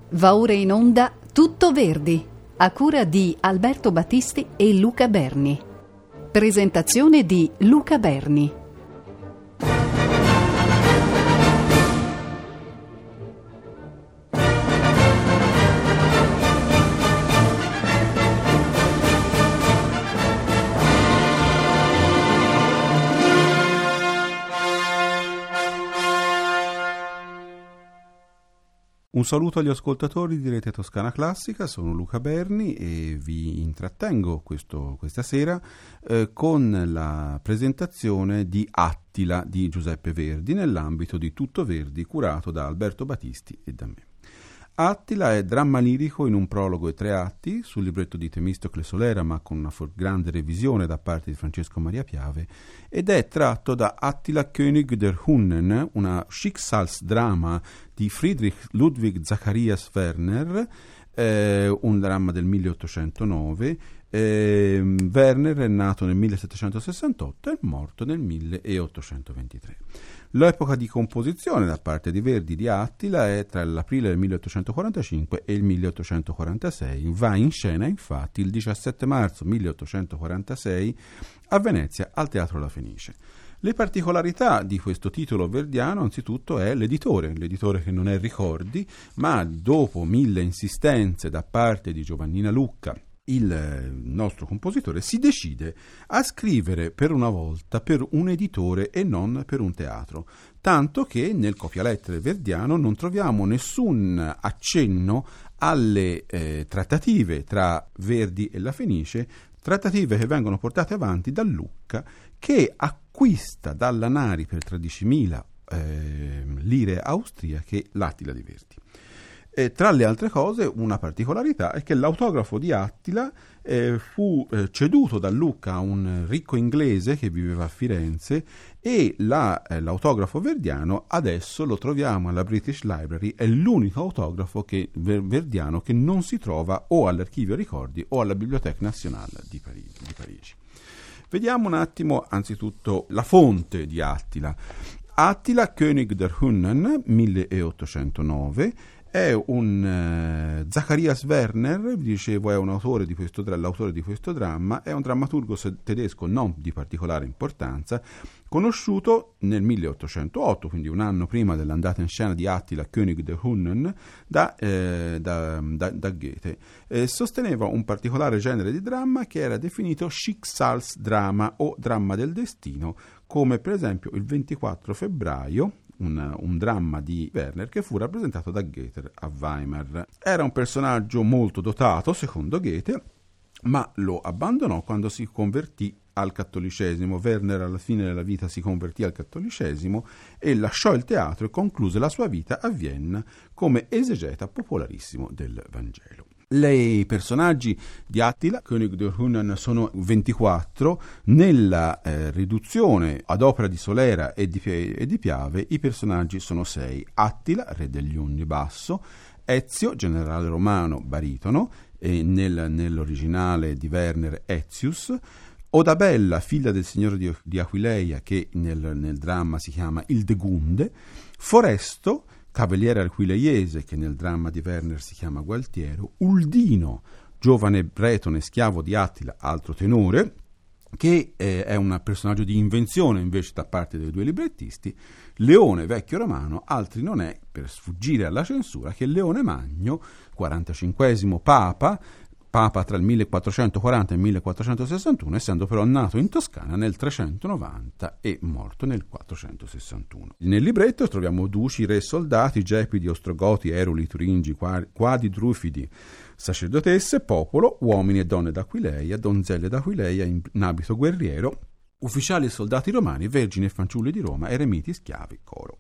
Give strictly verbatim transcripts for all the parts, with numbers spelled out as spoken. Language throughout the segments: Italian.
Va ora in onda Tutto Verdi, a cura di Alberto Battisti e Luca Berni. Presentazione di Luca Berni. Un saluto agli ascoltatori di Rete Toscana Classica, sono Luca Berni e vi intrattengo questo, questa sera eh, con la presentazione di Attila di Giuseppe Verdi nell'ambito di Tutto Verdi curato da Alberto Battisti e da me. Attila è dramma lirico in un prologo e tre atti, sul libretto di Temistocle Solera ma con una for- grande revisione da parte di Francesco Maria Piave, ed è tratto da Attila König der Hunnen, una Schicksalsdrama di Friedrich Ludwig Zacharias Werner, eh, un dramma del milleottocentonove. Eh, Werner è nato nel millesettecentosessantotto e è morto nel milleottocentoventitré. L'epoca di composizione da parte di Verdi di Attila è tra l'aprile del milleottocentoquarantacinque e il milleottocentoquarantasei. Va in scena infatti il diciassette marzo milleottocentoquarantasei a Venezia al Teatro La Fenice. Le particolarità di questo titolo verdiano anzitutto è l'editore, l'editore che non è Ricordi, ma dopo mille insistenze da parte di Giovannina Lucca, il nostro compositore si decide a scrivere per una volta per un editore e non per un teatro, tanto che nel copialettere verdiano non troviamo nessun accenno alle eh, trattative tra Verdi e La Fenice, trattative che vengono portate avanti da Lucca, che acquista dalla Nari per tredicimila eh, lire austriache l'Attila di Verdi. E tra le altre cose, una particolarità è che l'autografo di Attila eh, fu eh, ceduto da Lucca a un ricco inglese che viveva a Firenze e la, eh, l'autografo verdiano adesso lo troviamo alla British Library, è l'unico autografo che, ver, verdiano che non si trova o all'Archivio Ricordi o alla Bibliothèque Nationale di Parigi. Di Parigi. Vediamo un attimo anzitutto la fonte di Attila. Attila König der Hunnen, milleottocentonove, è un uh, Zacharias Werner, vi dicevo, è un autore di questo, l'autore di questo dramma, è un drammaturgo tedesco non di particolare importanza, conosciuto nel milleottocentootto, quindi un anno prima dell'andata in scena di Attila König der Hunnen, da, eh, da, da, da Goethe. Eh, sosteneva un particolare genere di dramma che era definito Schicksalsdrama o dramma del destino, come per esempio il ventiquattro febbraio, Un, un dramma di Werner che fu rappresentato da Goethe a Weimar. Era un personaggio molto dotato, secondo Goethe, ma lo abbandonò quando si convertì al cattolicesimo. Werner alla fine della vita si convertì al cattolicesimo e lasciò il teatro e concluse la sua vita a Vienna come esegeta popolarissimo del Vangelo. I personaggi di Attila König der Hunnen sono ventiquattro. Nella eh, riduzione ad opera di Solera e di, e di Piave i personaggi sono sei: Attila, re degli Unni basso; Ezio, generale romano baritono, e nel, nell'originale di Werner Ezius; Odabella, figlia del signore di, di Aquileia, che nel, nel dramma si chiama Ildegunde; Foresto, cavaliere aquileiese, che nel dramma di Werner si chiama Gualtiero; Uldino, giovane bretone schiavo di Attila, altro tenore, che eh, è un personaggio di invenzione invece da parte dei due librettisti; Leone, vecchio romano, altri non è, per sfuggire alla censura, che Leone Magno, quarantacinquesimo papa, Papa tra il millequattrocentoquaranta e il millequattrocentosessantuno, essendo però nato in Toscana nel trecentonovanta e morto nel quattrocentosessantuno. Nel libretto troviamo duci, re, soldati, gepidi, ostrogoti, eruli, turingi, quadi, drufidi, sacerdotesse, popolo, uomini e donne d'Aquileia, donzelle d'Aquileia in abito guerriero, ufficiali e soldati romani, vergini e fanciulli di Roma, eremiti, schiavi, coro.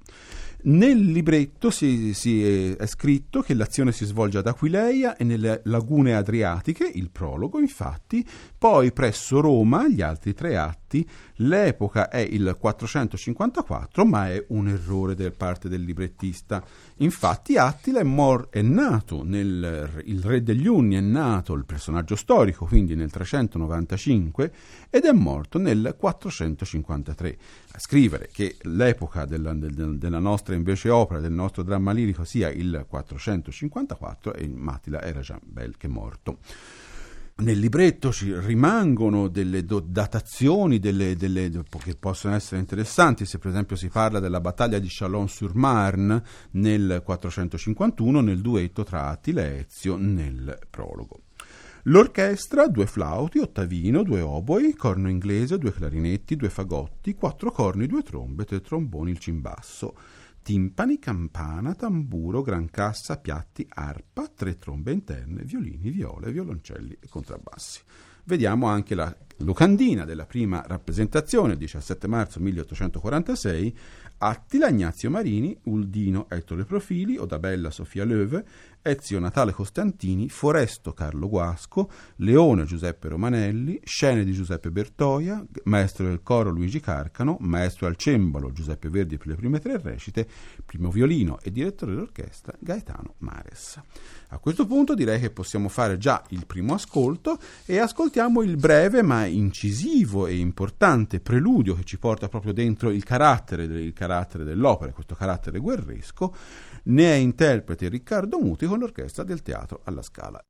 Nel libretto si, si è, è scritto che l'azione si svolge ad Aquileia e nelle lagune adriatiche, il prologo infatti, poi presso Roma gli altri tre atti Infatti l'epoca è il quattrocentocinquantaquattro, ma è un errore da parte del librettista. Infatti Attila è, mor- è nato, nel, il re degli Unni è nato, il personaggio storico, quindi nel trecentonovantacinque, ed è morto nel quattrocentocinquantatré. A scrivere che l'epoca della, del, della nostra invece opera, del nostro dramma lirico, sia il quattrocentocinquantaquattro, e Attila era già bel che morto. Nel libretto ci rimangono delle do- datazioni delle, delle, che possono essere interessanti. Se per esempio si parla della battaglia di Chalon-sur-Marne nel quattrocentocinquantuno, nel duetto tra Attila e Ezio nel prologo. L'orchestra, due flauti, ottavino, due oboi, corno inglese, due clarinetti, due fagotti, quattro corni, due trombe, tre tromboni, il cimbasso, timpani, campana, tamburo, gran cassa, piatti, arpa, tre trombe interne, violini, viole, violoncelli e contrabbassi. Vediamo anche la locandina della prima rappresentazione, diciassette marzo milleottocentoquarantasei, Attila, Ignazio Marini, Uldino, Ettore Profili, Odabella, Sofia Loewe, Ezio, Natale Costantini, Foresto, Carlo Guasco, Leone, Giuseppe Romanelli, scene di Giuseppe Bertoia, maestro del coro Luigi Carcano, maestro al cembalo Giuseppe Verdi per le prime tre recite, primo violino e direttore dell'orchestra Gaetano Mares. A questo punto direi che possiamo fare già il primo ascolto e ascoltiamo il breve ma incisivo e importante preludio che ci porta proprio dentro il carattere, il carattere dell'opera, questo carattere guerresco. Ne è interprete Riccardo Muti con l'orchestra del Teatro alla Scala.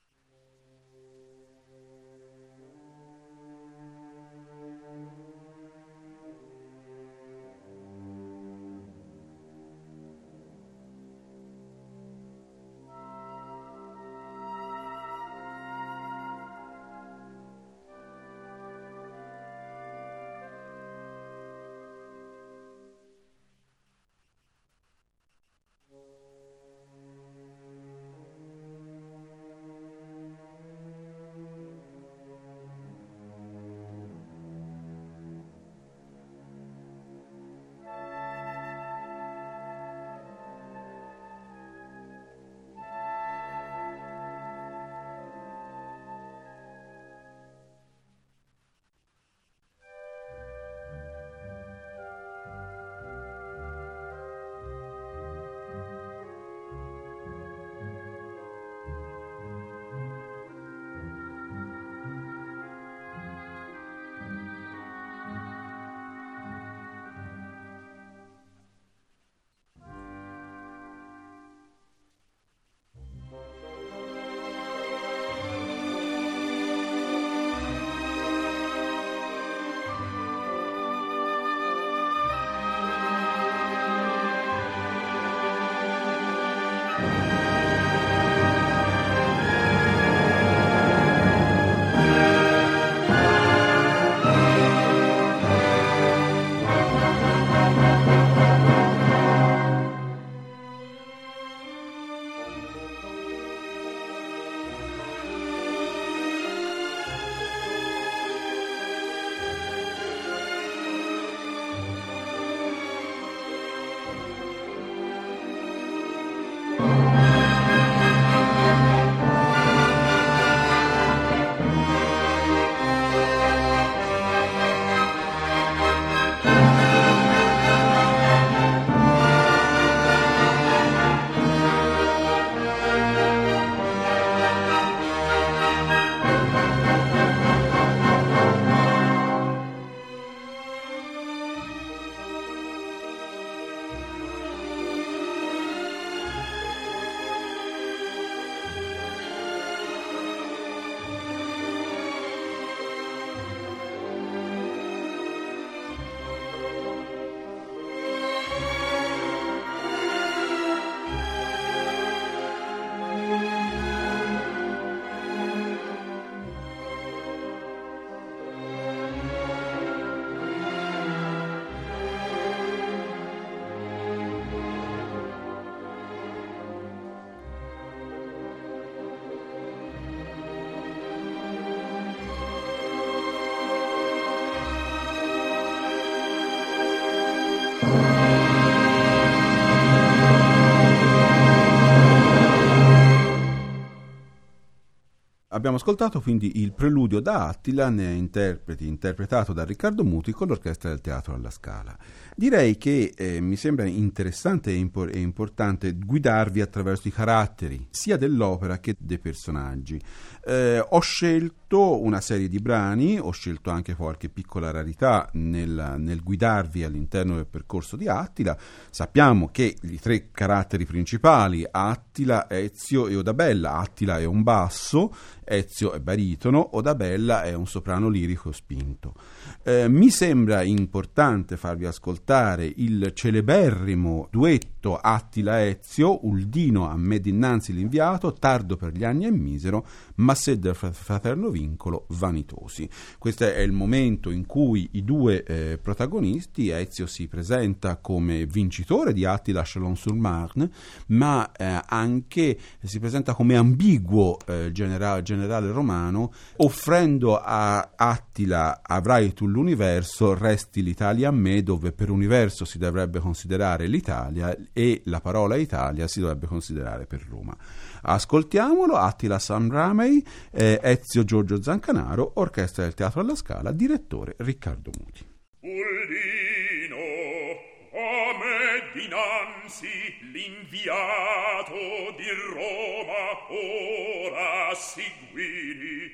Abbiamo ascoltato quindi il preludio da Attila, ne interpreti, interpretato da Riccardo Muti con l'Orchestra del Teatro alla Scala. Direi che eh, mi sembra interessante e, impor- e importante guidarvi attraverso i caratteri sia dell'opera che dei personaggi. Eh, ho scelto una serie di brani, ho scelto anche qualche piccola rarità nel, nel guidarvi all'interno del percorso di Attila. Sappiamo che i tre caratteri principali, Attila, Ezio e Odabella, Attila è un basso, Ezio è baritono, Odabella è un soprano lirico spinto. Eh, mi sembra importante farvi ascoltare il celeberrimo duetto Attila-Ezio, Uldino a me dinanzi l'inviato, tardo per gli anni e misero, ma se del fraterno vincolo vanitosi. Questo è il momento in cui i due eh, protagonisti, Ezio si presenta come vincitore di Attila Chalon-sur-Marne, ma eh, anche si presenta come ambiguo eh, generale, generale romano, offrendo a Attila: avrai tu l'universo, resti l'Italia a me, dove per universo si dovrebbe considerare l'Italia e la parola Italia si dovrebbe considerare per Roma. Ascoltiamolo, Attila Sam Ramey, eh, Ezio Giorgio Zancanaro, Orchestra del Teatro alla Scala, direttore Riccardo Muti. Uldino, a me dinanzi l'inviato di Roma ora si guidi.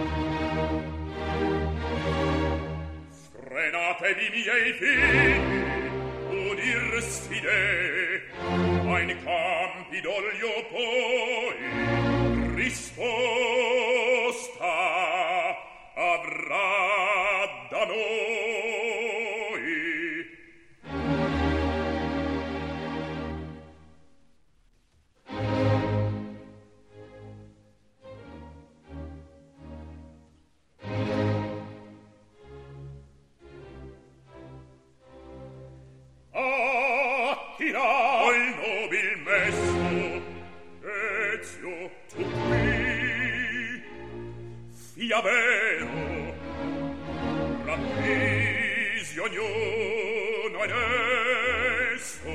Frenatevi miei figli, udirsi de, a in campi d'olio poi risposta avrà da noi. Attila, o il nobil messo, Ezio, tu qui, fia vero, la crisi ognuno in esso,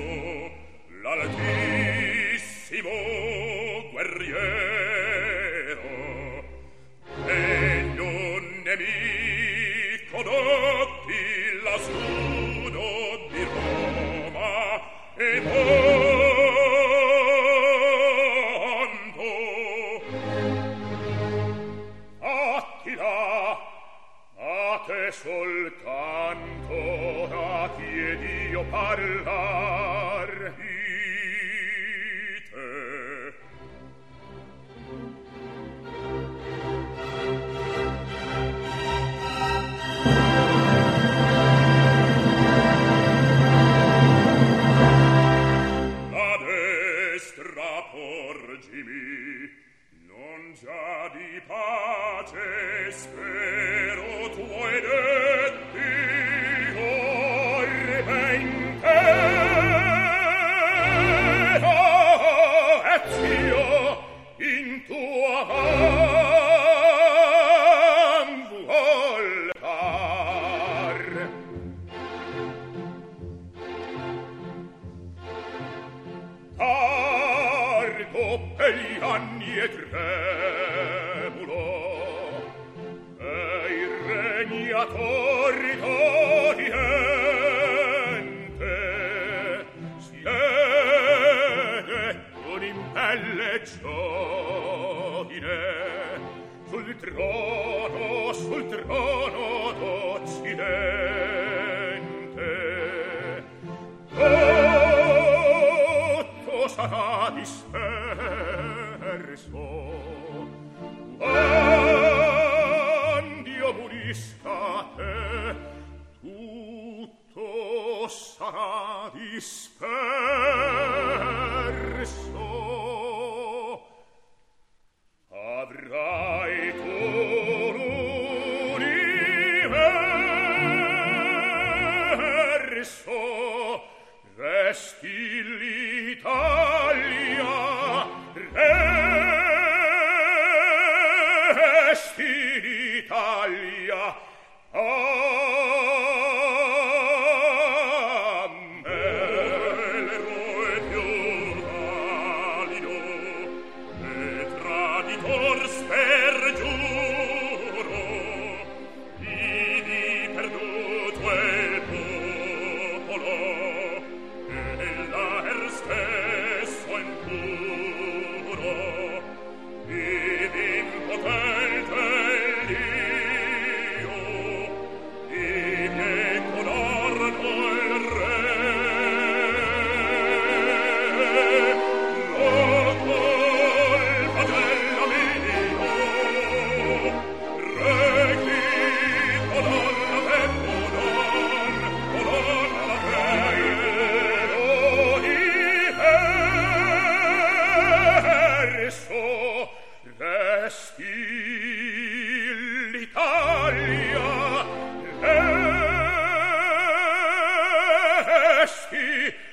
l'altissimo guerriero, e non nemico d'Attila sudo di Roma, e tanto Attila, a te soltanto da chiedi io parlar di te. La destra porgimi, non già di pace spero tuoi detti, ormente oh, Ezio in tua man vuol dar. Tardo per gli anni e tremulo, e il regnator d'Oriente siede con impelle giovine sul trono, sul trono d'Occidente. Tutto sarà disperso quand'io murisca te, tutto sarà disperso. Avrai tu l'universo, resti l'Italia, resti l'Italia a me. L'eroe più valido e traditor spergiuro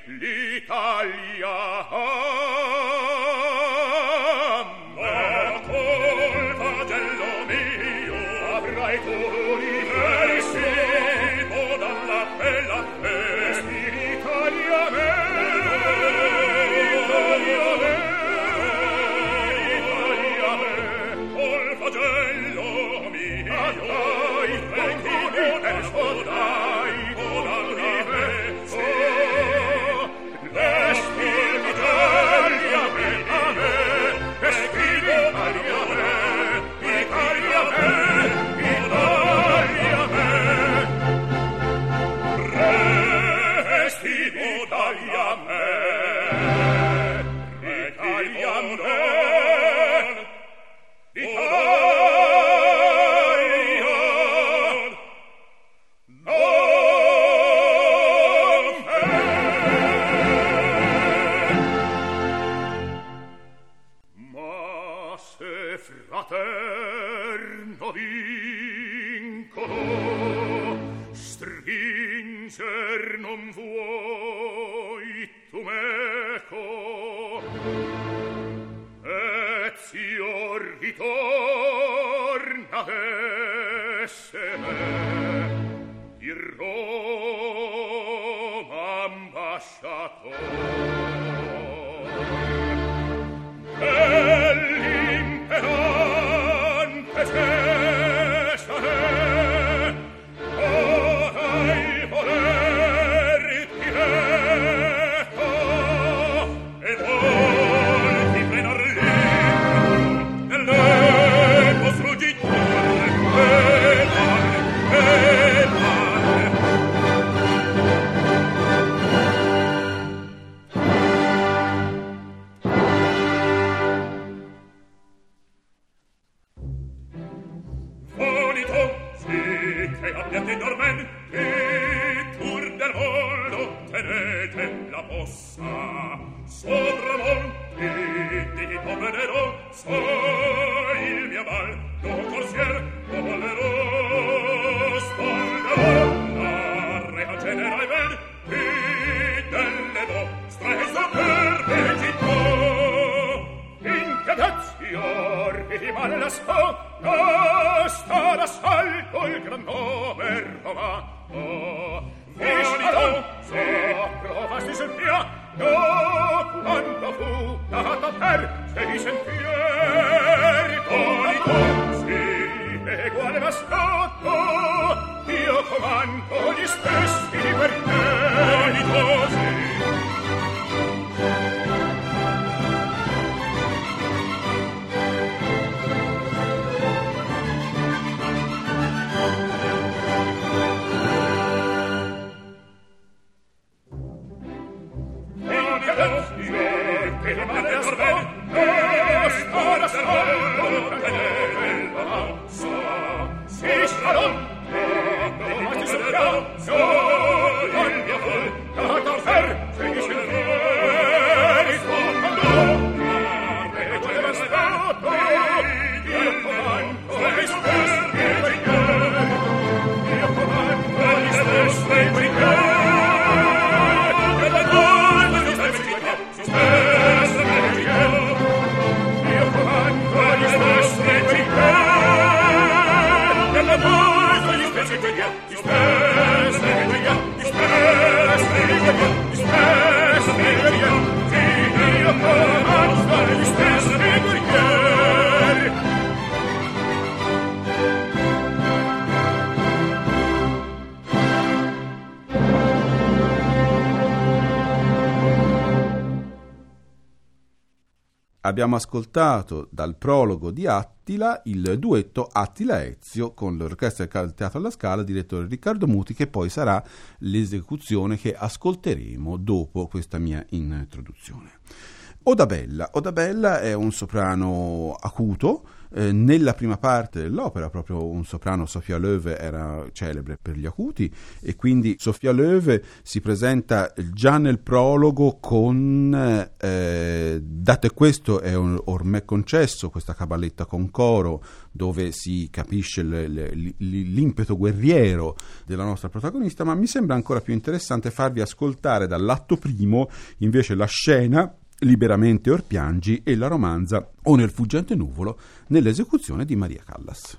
l'Italia ma col fagello mio avrai tu l'universimo dalla bella e l'Italia me l'Italia me l'Italia me col fagello mio avrai tu l'universimo dai dalla bella fraterno vincolo stringer non vuoi tu meco et zio ritorna essere di Roma ambasciatore l'imperante Cesare ora il voler ti reca e vuol ti plenar libero nell'eco sfuggitore e male, e male che abbiate dormenti pur del mondo tenete la possa sopra monti di poverero so il mio mal lo corsier volerò spolverò la rea generale ben e delle vostre superbe città in cadazio rimane la scopa sta d'assalto il gran nome romano visto se provasti sentia no quando fu data per sei sentieri con i consi eguale mascotto io comando gli stessi per te i cosi Abbiamo ascoltato dal prologo di Attila il duetto Attila Ezio con l'orchestra del Teatro alla Scala, direttore Riccardo Muti, che poi sarà l'esecuzione che ascolteremo dopo questa mia introduzione. Odabella. Odabella è un soprano acuto. Eh, nella prima parte dell'opera proprio un soprano, Sophia Loewe, era celebre per gli acuti, e quindi Sophia Loewe si presenta già nel prologo con eh, dato questo è un, ormai concesso, questa caballetta con coro dove si capisce le, le, l'impeto guerriero della nostra protagonista, ma mi sembra ancora più interessante farvi ascoltare dall'atto primo invece la scena Liberamente or piangi e la romanza O nel fuggente nuvolo nell'esecuzione di Maria Callas.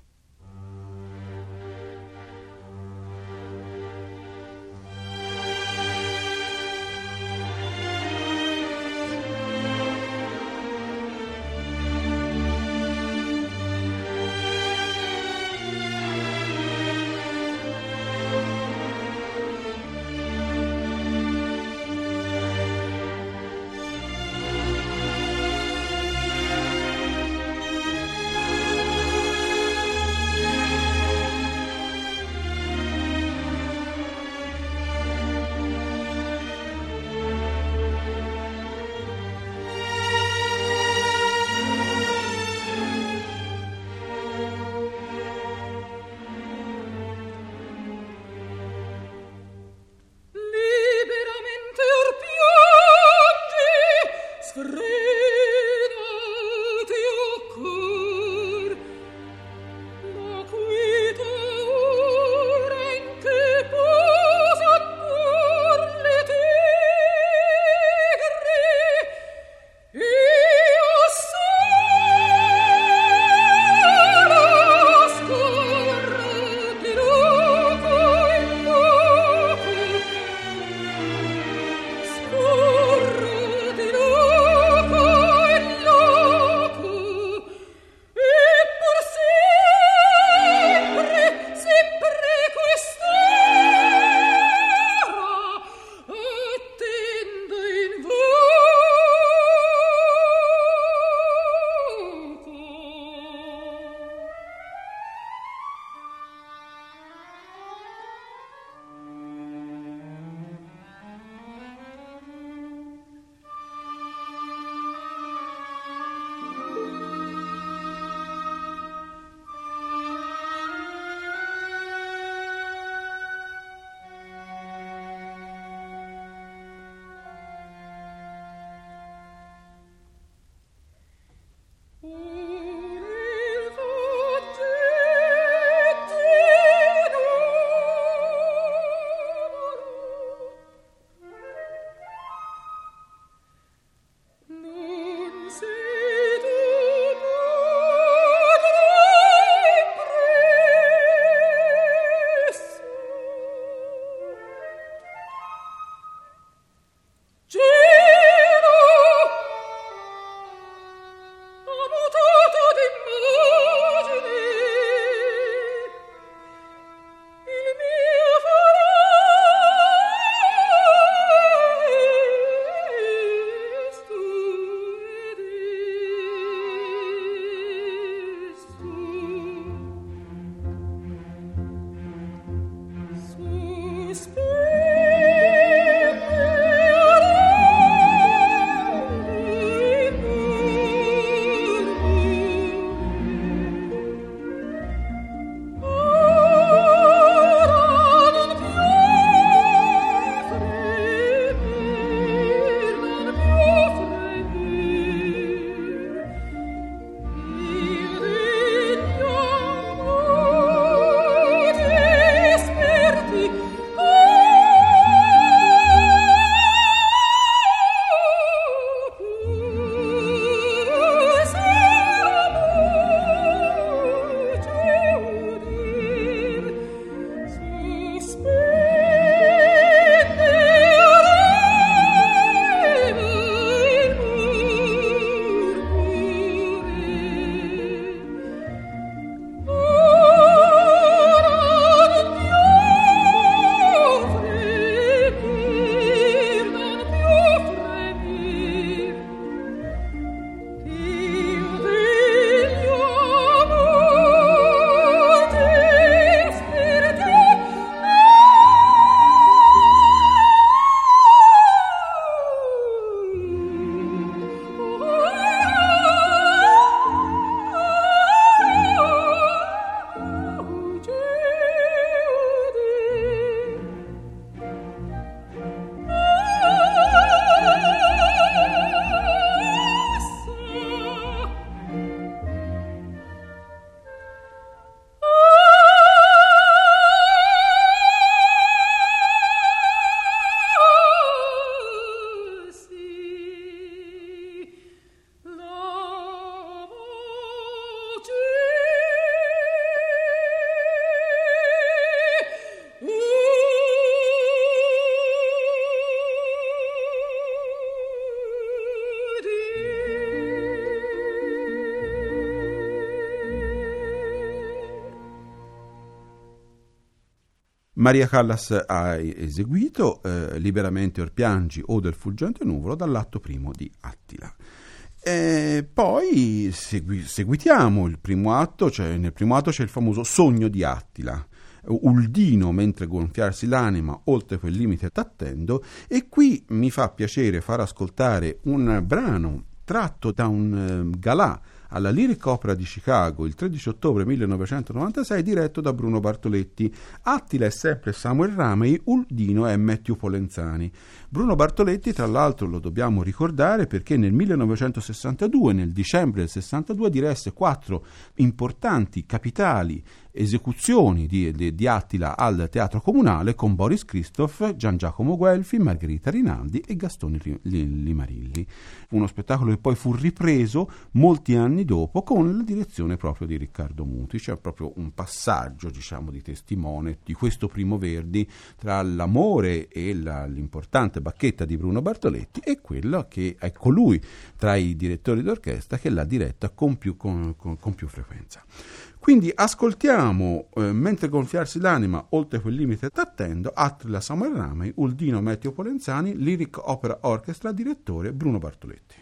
Maria Callas ha eseguito eh, Liberamente or piangi o Del fuggente nuvolo dall'atto primo di Attila. E poi segui, seguitiamo il primo atto, cioè nel primo atto c'è il famoso Sogno di Attila. Uldino mentre gonfiarsi l'anima oltre quel limite t'attendo, e qui mi fa piacere far ascoltare un brano tratto da un eh, galà alla Lyric Opera di Chicago il tredici ottobre millenovecentonovantasei, diretto da Bruno Bartoletti. Attila è sempre Samuel Ramey, Uldino è Matthew Polenzani. Bruno Bartoletti, tra l'altro, lo dobbiamo ricordare perché nel millenovecentosessantadue, nel dicembre del sessantadue, diresse quattro importanti capitali esecuzioni di, di, di Attila al Teatro Comunale con Boris Christoph, Gian Giacomo Guelfi, Margherita Rinaldi e Gastone Limarilli. Uno spettacolo che poi fu ripreso molti anni dopo con la direzione proprio di Riccardo Muti. C'è proprio un passaggio, diciamo, di testimone di questo primo Verdi tra l'amore e la, l'importante bacchetta di Bruno Bartoletti e quella che è colui tra i direttori d'orchestra che l'ha diretta con più, con, con, con più frequenza. Quindi ascoltiamo eh, Mentre gonfiarsi l'anima oltre quel limite t'attendo, Attila Samuel Ramey, Uldino Matthew Polenzani, Lyric Opera Orchestra, direttore Bruno Bartoletti.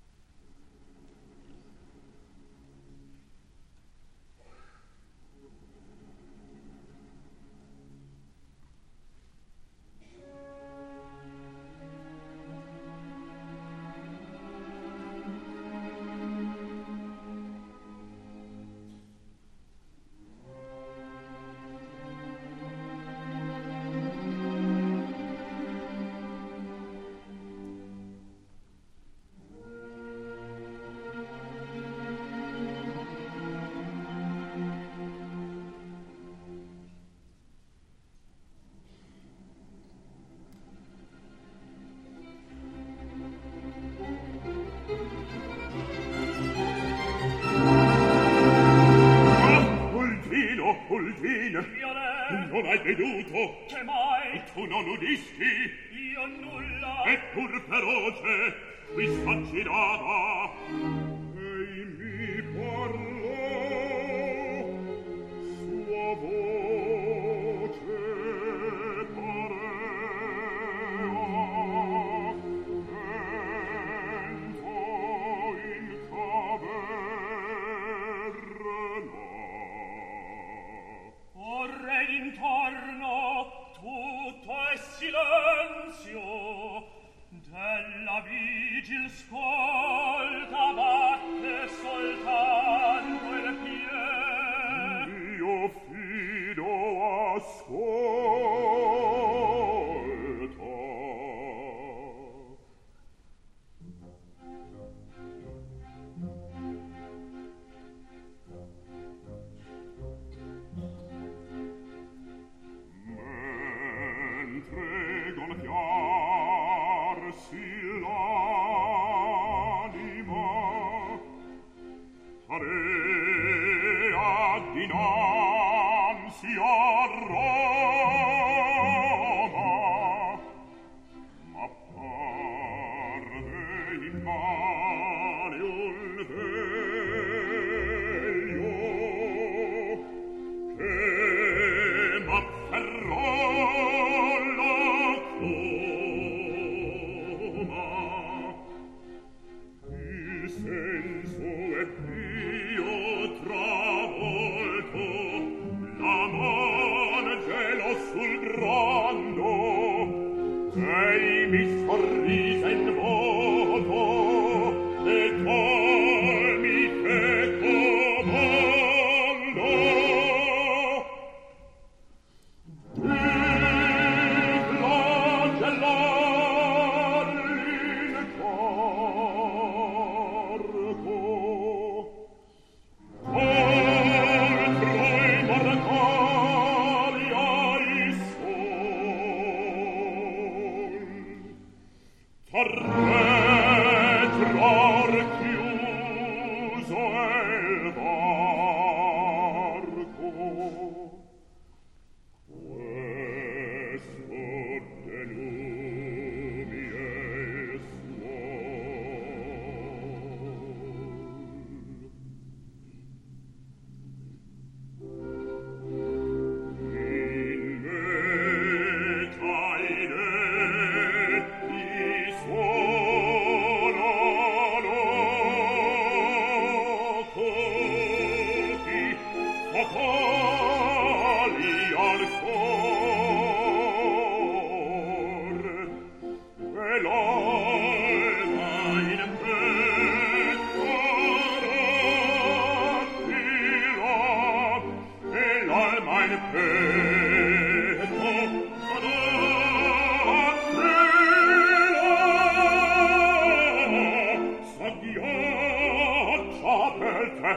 Non hai veduto? Che mai? Tu non udisti? Io nulla. Eppur feroce, qui sta girata. Ei mi parlò, sua voce parea, vento in caverna. Ora intorno tutto è silenzio, della vigil scolta batte soltanto il piede. Io fido ascolta. Mentre gonfiarsi l'anima area dinanzi a Roma, ma parve immane un veglio che m'afferrò la coma. Il senso è pio travolto, la man gelo sul brando, ei mi sorrise in modo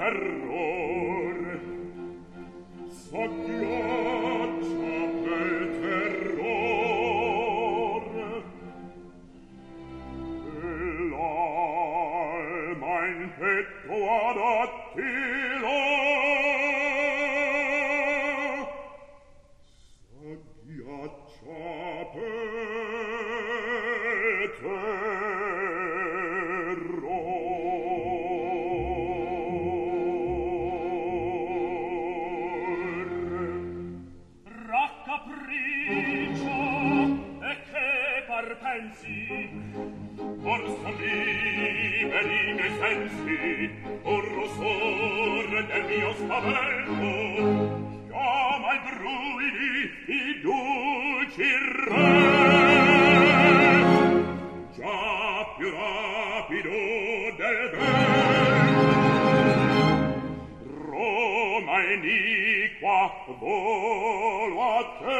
terror s'agghiaccia pel terror e l'alma in petto ad Attila s'agghiaccia pel terror. Raccapriccio e che parpensi, or son liberi i miei sensi, or rosor del mio spavento, chiama i druidi i dulci re. Già più rapido del vento, Roma iniqua volo a te.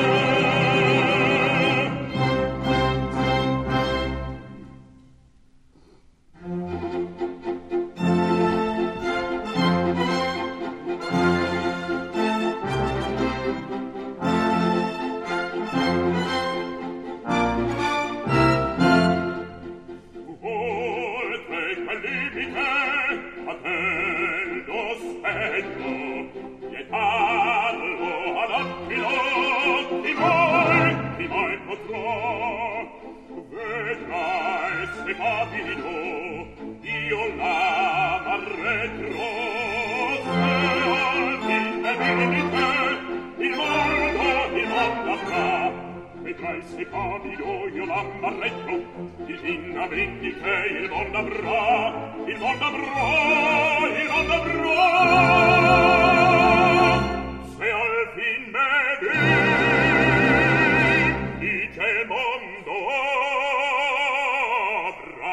Oltre quel limite attendo spetto, vietarlo ad Attila chi mai, chi mai potrà. Vedrai se capido io la m'arretro, se al fine limite il mondo, il mondo avrà. Vedrai se capido io la m'arretro, il finnamenti che il mondo avrà, il mondo avrà, il mondo avrà. Se al fin me vedi che mondo avrà.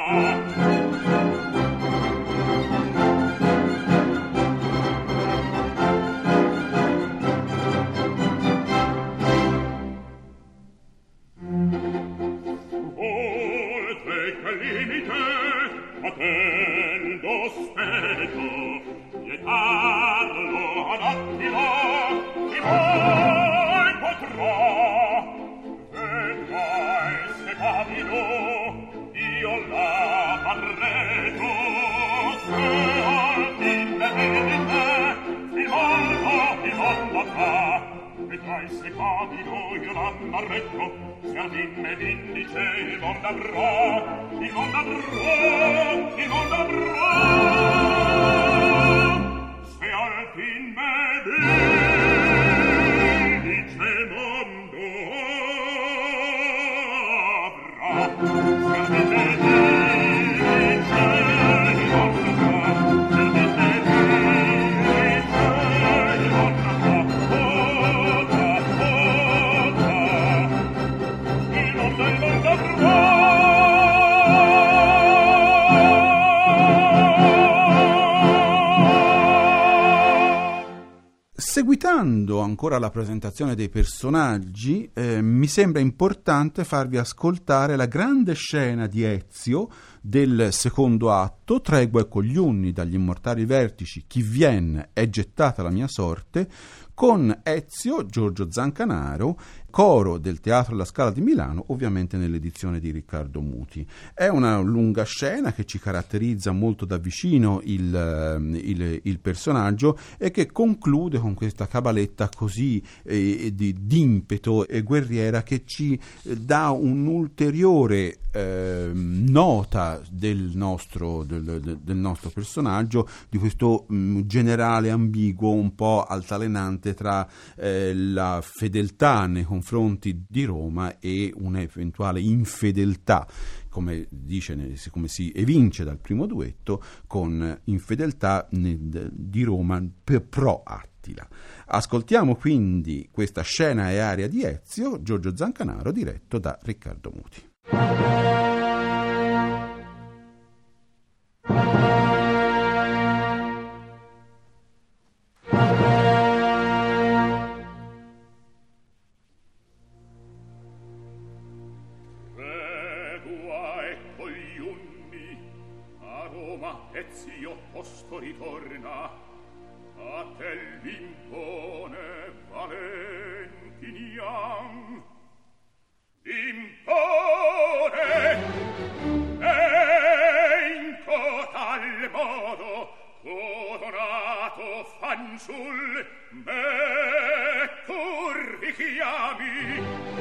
Oltre quel limite attendo spetto, vietarlo ad Attila chi mai potrà. Vedrai se capido io la m'arretro, se al fin me limite il mondo, il mondo avrà. Vedrai se capido io la m'arretro, se al fin me vindice il mondo avrà, il mondo avrà, il mondo avrà. Se al fin me vindice il mondo avrà, se al fin me vindice il mondo avrà, se al fin me vindice il mondo avrà. Seguitando ancora la presentazione dei personaggi, eh, mi sembra importante farvi ascoltare la grande scena di Ezio del secondo atto, Tregua con gli unni, dagli immortali vertici, chi vien è gettata la mia sorte, con Ezio, Giorgio Zancanaro, coro del Teatro alla Scala di Milano, ovviamente nell'edizione di Riccardo Muti. È una lunga scena che ci caratterizza molto da vicino il, il, il personaggio e che conclude con questa cabaletta così eh, di d'impeto e guerriera che ci dà un'ulteriore eh, nota del nostro, del, del nostro personaggio, di questo mh, generale ambiguo un po' altalenante tra eh, la fedeltà nei confronti di Roma e un'eventuale infedeltà, come dice, come si evince dal primo duetto, con infedeltà di Roma pro Attila. Ascoltiamo quindi questa scena e aria di Ezio, Giorgio Zancanaro, diretto da Riccardo Muti. Et zio tosto ritorna, a te l'impone Valentinian. Impone e in cotal modo coronato fanciul me pur richiami,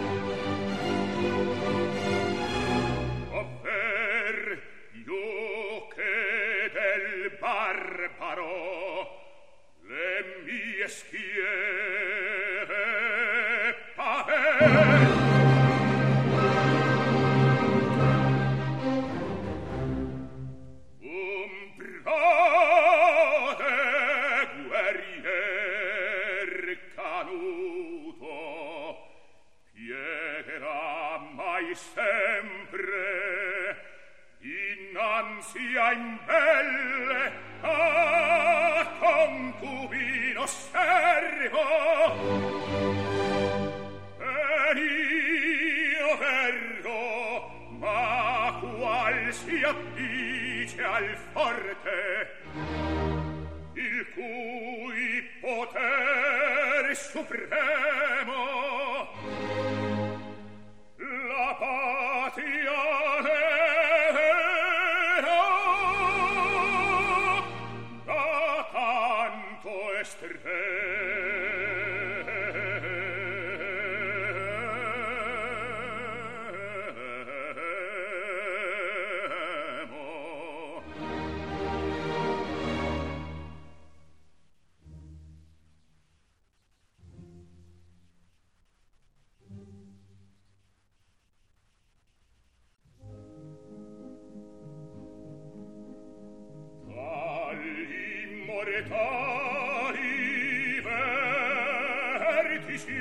ovver io che del barbaro le mie schiere paver. Sempre innanzi a imbelle a concubino servo, ed io verrò, ma qual si addice al forte, il cui potere supremo la patria era da tanto estremo. Tali vertici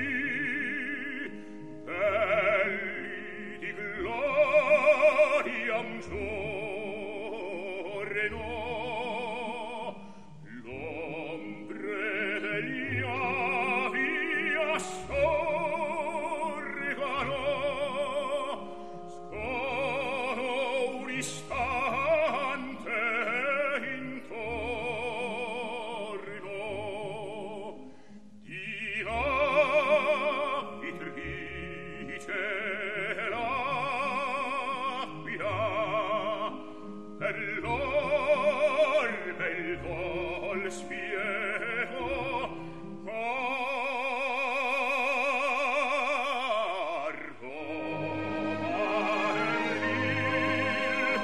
belli di gloria un giorno, l'ombre degli avi assorgano, scono un istante intorno di la vitrice l'aquila per l'orbe il vol spiego cargo all'il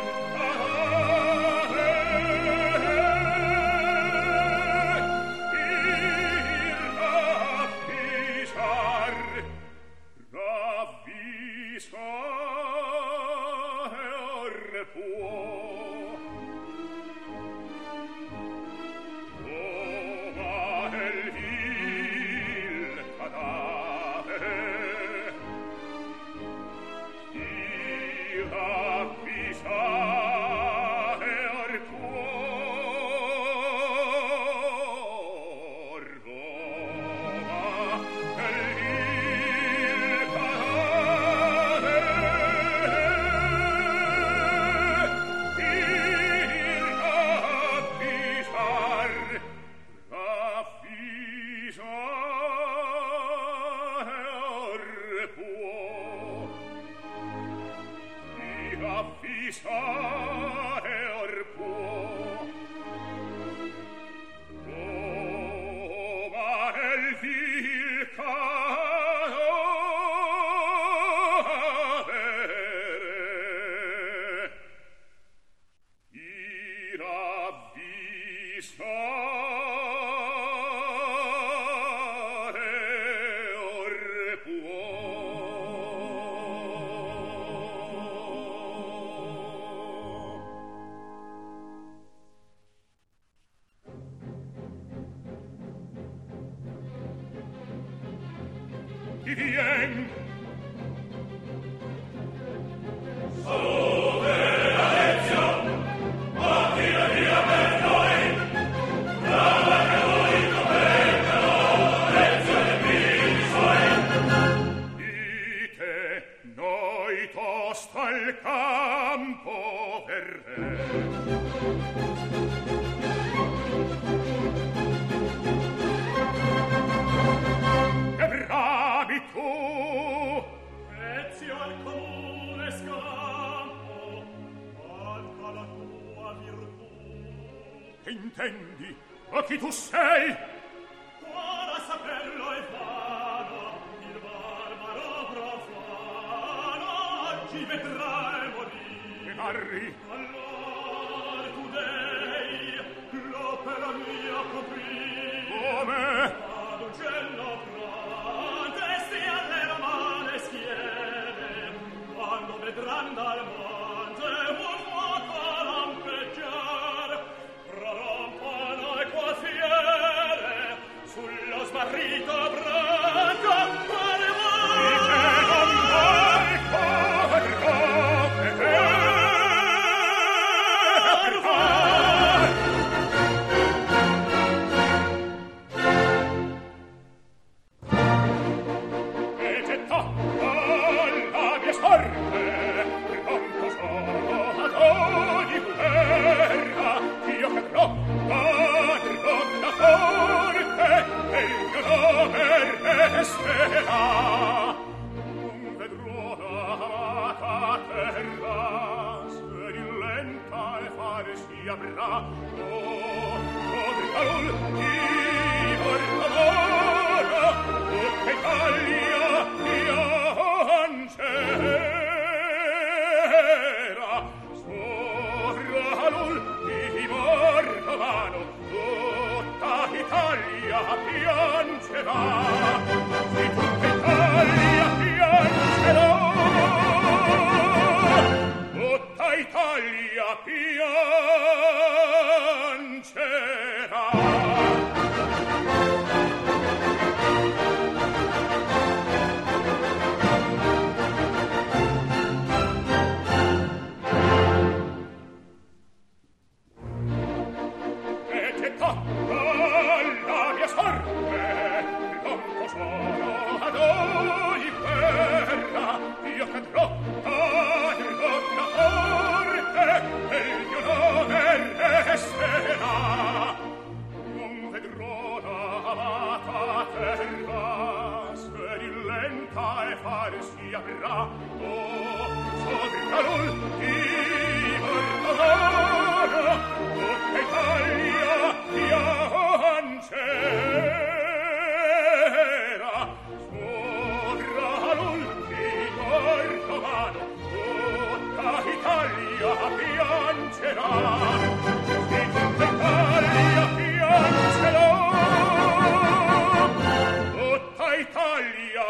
ravvisar può. Ora il vil cadavere di ravvisar può. Ravvisar può. Oh, ma il vil cadavere di ravvisar può. Chi vien? Soveranezia, mattina via per noi, brava che voi commetterò, Ezio e figli suoi. Dite, noi tosto al campo verremo, intendi? O chi tu sei? Ora saperlo è vano, il barbaro profano oggi vedrai morire. E narri? Allora tu dei l'opera mia coprì. Come? Ad uccello pronte sti alle romane schiere, quando vedran dal monte un fuoco lampeggiar, prorompano e qual fiere sullo smarrito branco pare voi. Dice non vuoi corro e per voi. E gettò alla mia sorte pronto sono ad ogni guerra, io cadrò cadrò da forte e il mio nome resterà. Non vedrò l'amata terra se di lenta e fare si avrà. Oh, come l'ultimo lavoro tutta Italia piangera. Sopra l'ultimo romano tutta Italia piangerà. Sì, tutta Italia piangerà. Tutta Italia piangerà. E gettò alla mia sorte pronto sono ad ogni guerra, io cadrò cadrò da forte e il mio nome resterà. Non vedrò l'amata terra se di lenta e fare si avrà. Oh, sopra l'ultimo lavoro tutta Italia piangerà. Sopra l'ultimo romano tutta Italia piangerà. Sì, tutta Italia piangerà. Tutta Italia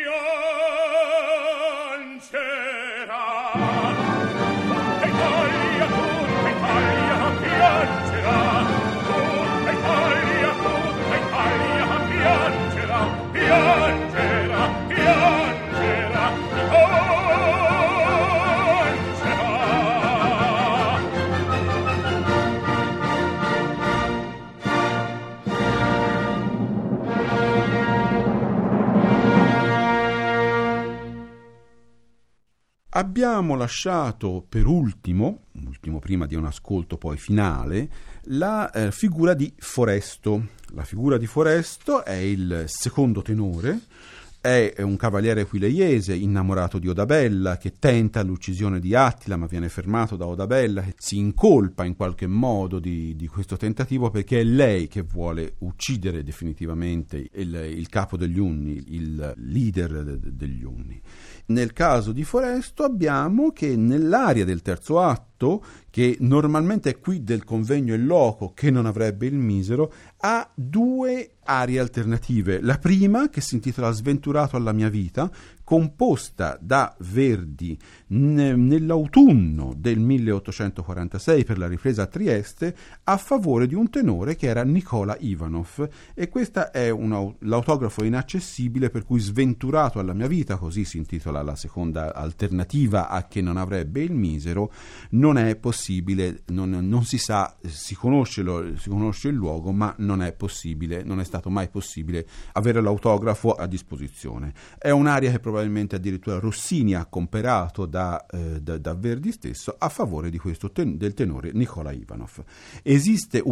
piangerà. Tutta Italia, tutta Italia piangerà. Tutta Italia, tutta Italia piangerà. Piangerà, piangerà, piangerà. Abbiamo lasciato per ultimo, ultimo prima di un ascolto poi finale, la eh, figura di Foresto. La figura di Foresto è il secondo tenore, è un cavaliere aquileiese innamorato di Odabella che tenta l'uccisione di Attila ma viene fermato da Odabella, che si incolpa in qualche modo di, di questo tentativo perché è lei che vuole uccidere definitivamente il, il capo degli Unni, il leader de, de, degli Unni. Nel caso di Foresto abbiamo che nell'aria del terzo atto, che normalmente è qui del convegno il loco che non avrebbe il misero, ha due arie alternative. La prima, che si intitola Sventurato alla mia vita, composta da Verdi n- nell'autunno del milleottocentoquarantasei per la ripresa a Trieste a favore di un tenore che era Nicola Ivanov, e questa è un, l'autografo inaccessibile per cui Sventurato alla mia vita, così si intitola la seconda alternativa a Che non avrebbe il misero, non è possibile, non, non si sa, si conosce, lo, si conosce il luogo, ma non è possibile, non è stato mai possibile avere l'autografo a disposizione. È un'aria che probabilmente addirittura Rossini ha comperato da, eh, da, da Verdi stesso a favore di questo ten- del tenore Nicola Ivanov. Esiste una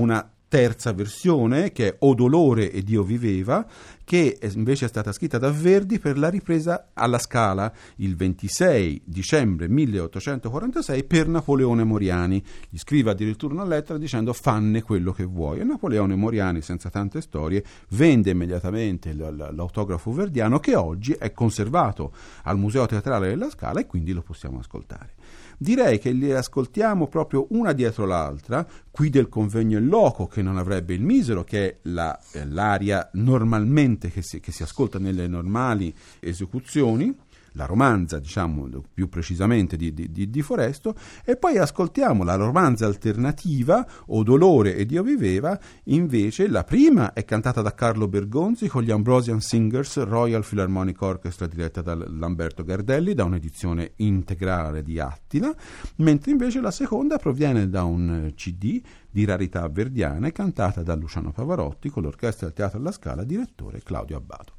terza versione, che è O dolore e Dio viveva, che invece è stata scritta da Verdi per la ripresa alla Scala il ventisei dicembre milleottocentoquarantasei per Napoleone Moriani. Gli scrive addirittura una lettera dicendo fanne quello che vuoi, e Napoleone Moriani, senza tante storie, vende immediatamente l'autografo verdiano, che oggi è conservato al Museo Teatrale della Scala, e quindi lo possiamo ascoltare. Direi che li ascoltiamo proprio una dietro l'altra, qui del Convegno in Loco, che non avrebbe il misero, che è la, l'aria normalmente che si, che si ascolta nelle normali esecuzioni, la romanza, diciamo più precisamente di, di, di Foresto, e poi ascoltiamo la romanza alternativa O dolore e Dio viveva. Invece la prima è cantata da Carlo Bergonzi con gli Ambrosian Singers Royal Philharmonic Orchestra, diretta da Lamberto Gardelli, da un'edizione integrale di Attila, mentre invece la seconda proviene da un C D di rarità verdiane, cantata da Luciano Pavarotti con l'orchestra del Teatro alla Scala, direttore Claudio Abbado.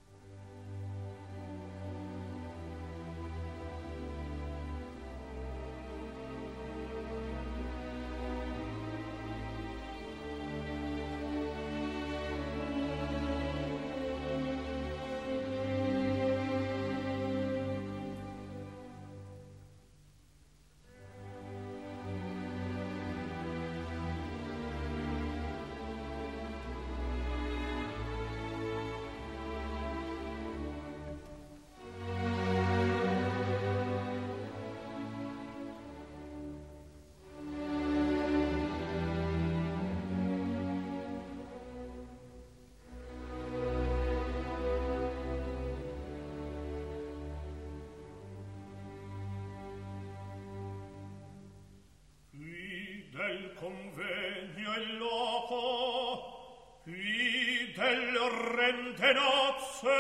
Del convegno il loco, qui delle orrende nozze,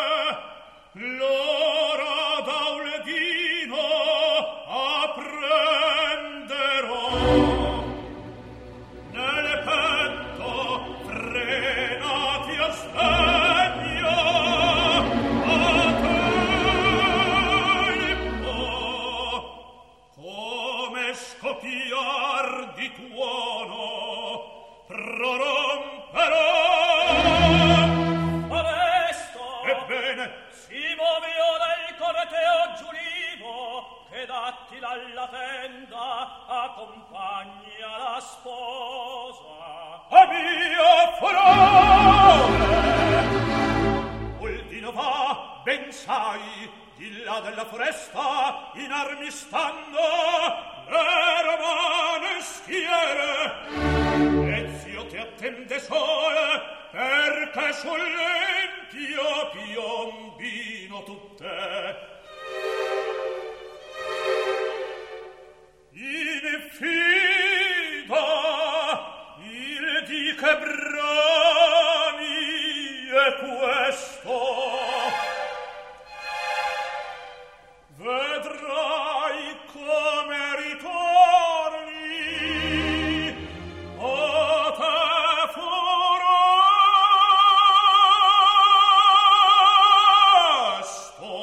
l'ora d'Auledino apprenderò. Nel petto frenati a sdegno, a tempo, come scoppiar di tuono proromperò. Adesso Ebbene, si muovio del corteo giulivo che d'Attila alla tenda accompagna la sposa. a mio furore, Oldino va, ben sai, di là della foresta in armi stando le romane schiere. Ezio ti attende sole, perché sull'empio piombino tutte. In fida il di che brami è questo. Vedrai come ritorni a te furesto.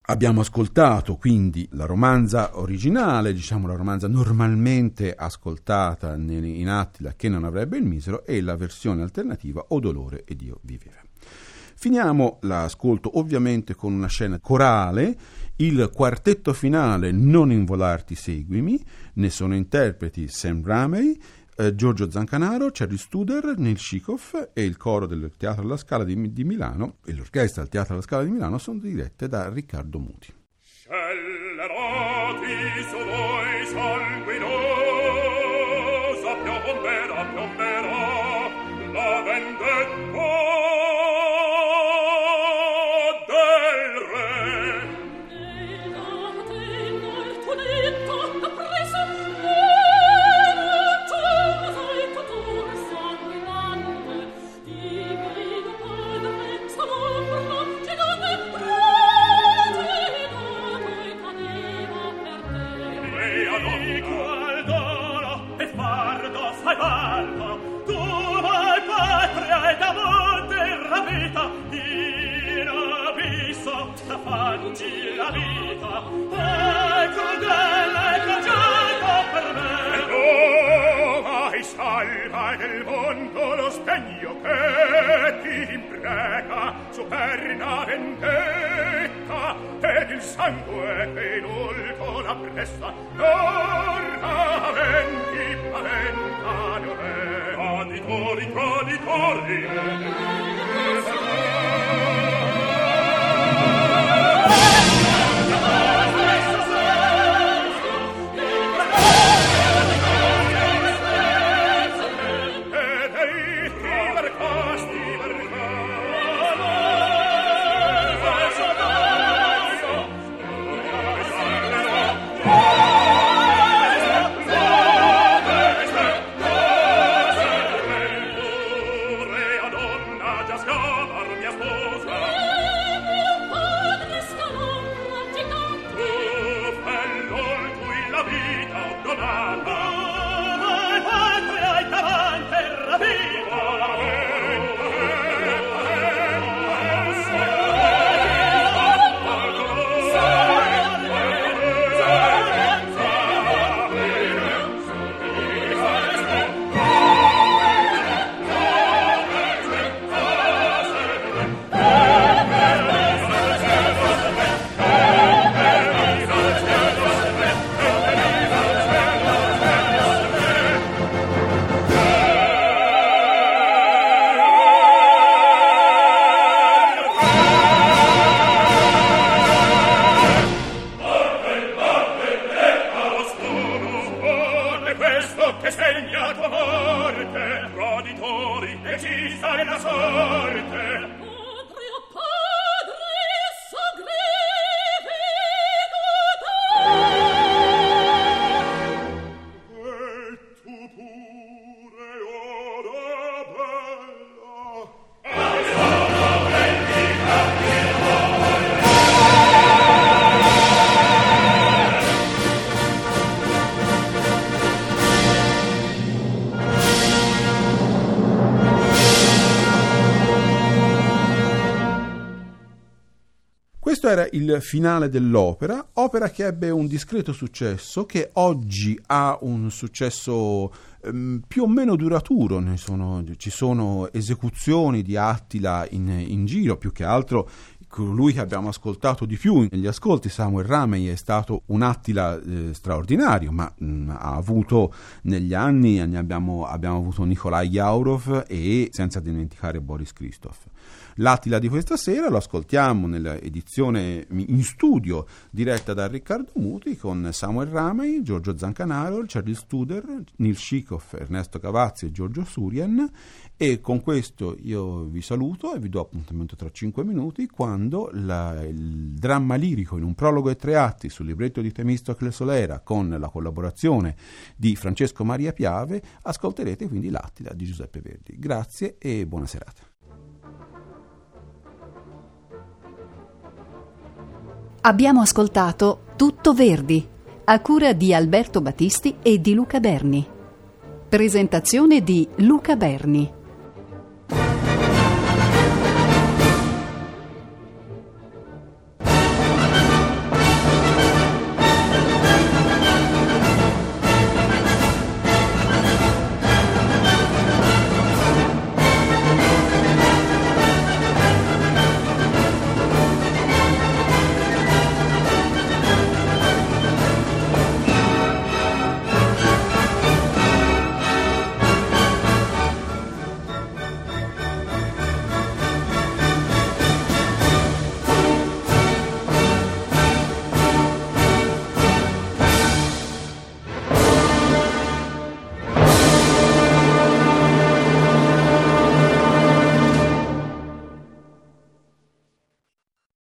Abbiamo ascoltato quindi la romanza originale, diciamo la romanza normalmente ascoltata in Attila che non avrebbe il misero, e la versione alternativa O dolore ed io viveva. Finiamo l'ascolto ovviamente con una scena corale, il quartetto finale Non involarti seguimi, ne sono interpreti Sam Ramey, eh, Giorgio Zancanaro, Charlie Studer, Neil Shikoff, e il coro del Teatro alla Scala di, di Milano e l'orchestra del Teatro alla Scala di Milano sono dirette da Riccardo Muti. Scellerati su voi sanguinosa, piomberà, piomberà la vendetta del re. E la tengo il tuo detto da preso, la vita è crudele e cagiata per me. E mai salva del mondo lo spegno che ti impreca superna vendetta, ed il sangue che in ulto la pressa non aventi paventa non è. Traditori, traditori, Questo era il finale dell'opera, opera che ebbe un discreto successo, che oggi ha un successo ehm, più o meno duraturo. Ne sono, ci sono esecuzioni di Attila in, in giro, più che altro colui che abbiamo ascoltato di più negli ascolti, Samuel Ramey, è stato un Attila eh, straordinario, ma mh, ha avuto negli anni, ne abbiamo, abbiamo avuto Nikolai Yaurov e senza dimenticare Boris Christoph. L'Attila di questa sera lo ascoltiamo nell'edizione in studio diretta da Riccardo Muti con Samuel Ramey, Giorgio Zancanaro, Charlie Studer, Neil Shikoff, Ernesto Cavazzi e Giorgio Surien, e con questo io vi saluto e vi do appuntamento tra cinque minuti quando la, il dramma lirico in un prologo e tre atti sul libretto di Temistocle Solera con la collaborazione di Francesco Maria Piave. Ascolterete quindi l'Attila di Giuseppe Verdi. Grazie e buona serata. Abbiamo ascoltato Tutto Verdi, a cura di Alberto Battisti e di Luca Berni. Presentazione di Luca Berni.